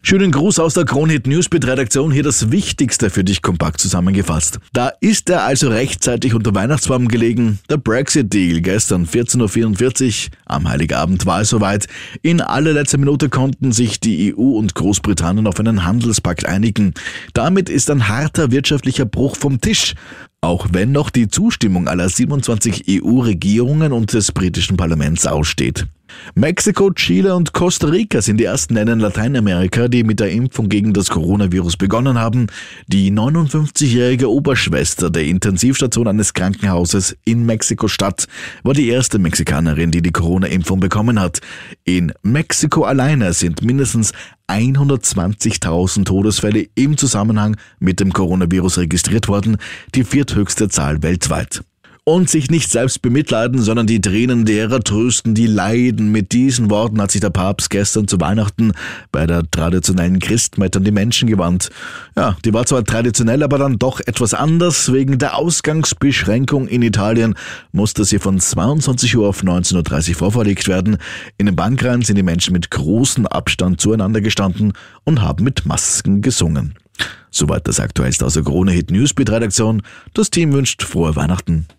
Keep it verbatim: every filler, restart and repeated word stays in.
Schönen Gruß aus der Kronhit Newsbeat-Redaktion, hier das Wichtigste für dich kompakt zusammengefasst. Da ist er also rechtzeitig unter Weihnachtsbaum gelegen, der Brexit-Deal. Gestern vierzehn Uhr vierundvierzig, am Heiligabend war es soweit. In allerletzter Minute konnten sich die E U und Großbritannien auf einen Handelspakt einigen. Damit ist ein harter wirtschaftlicher Bruch vom Tisch. Auch wenn noch die Zustimmung aller siebenundzwanzig E U-Regierungen und des britischen Parlaments aussteht. Mexiko, Chile und Costa Rica sind die ersten Länder in Lateinamerika, die mit der Impfung gegen das Coronavirus begonnen haben. Die neunundfünfzigjährige Oberschwester der Intensivstation eines Krankenhauses in Mexiko-Stadt war die erste Mexikanerin, die die Corona-Impfung bekommen hat. In Mexiko alleine sind mindestens hundertzwanzigtausend Todesfälle im Zusammenhang mit dem Coronavirus registriert worden, die vierthöchste Zahl weltweit. Und sich nicht selbst bemitleiden, sondern die Tränen derer trösten, die leiden. Mit diesen Worten hat sich der Papst gestern zu Weihnachten bei der traditionellen Christmette an die Menschen gewandt. Ja, die war zwar traditionell, aber dann doch etwas anders. Wegen der Ausgangsbeschränkung in Italien musste sie von zweiundzwanzig Uhr auf neunzehn Uhr dreißig vorverlegt werden. In den Bankreihen sind die Menschen mit großem Abstand zueinander gestanden und haben mit Masken gesungen. Soweit das Aktuellste aus der Kronhit Newsbeat-Redaktion. Das Team wünscht frohe Weihnachten.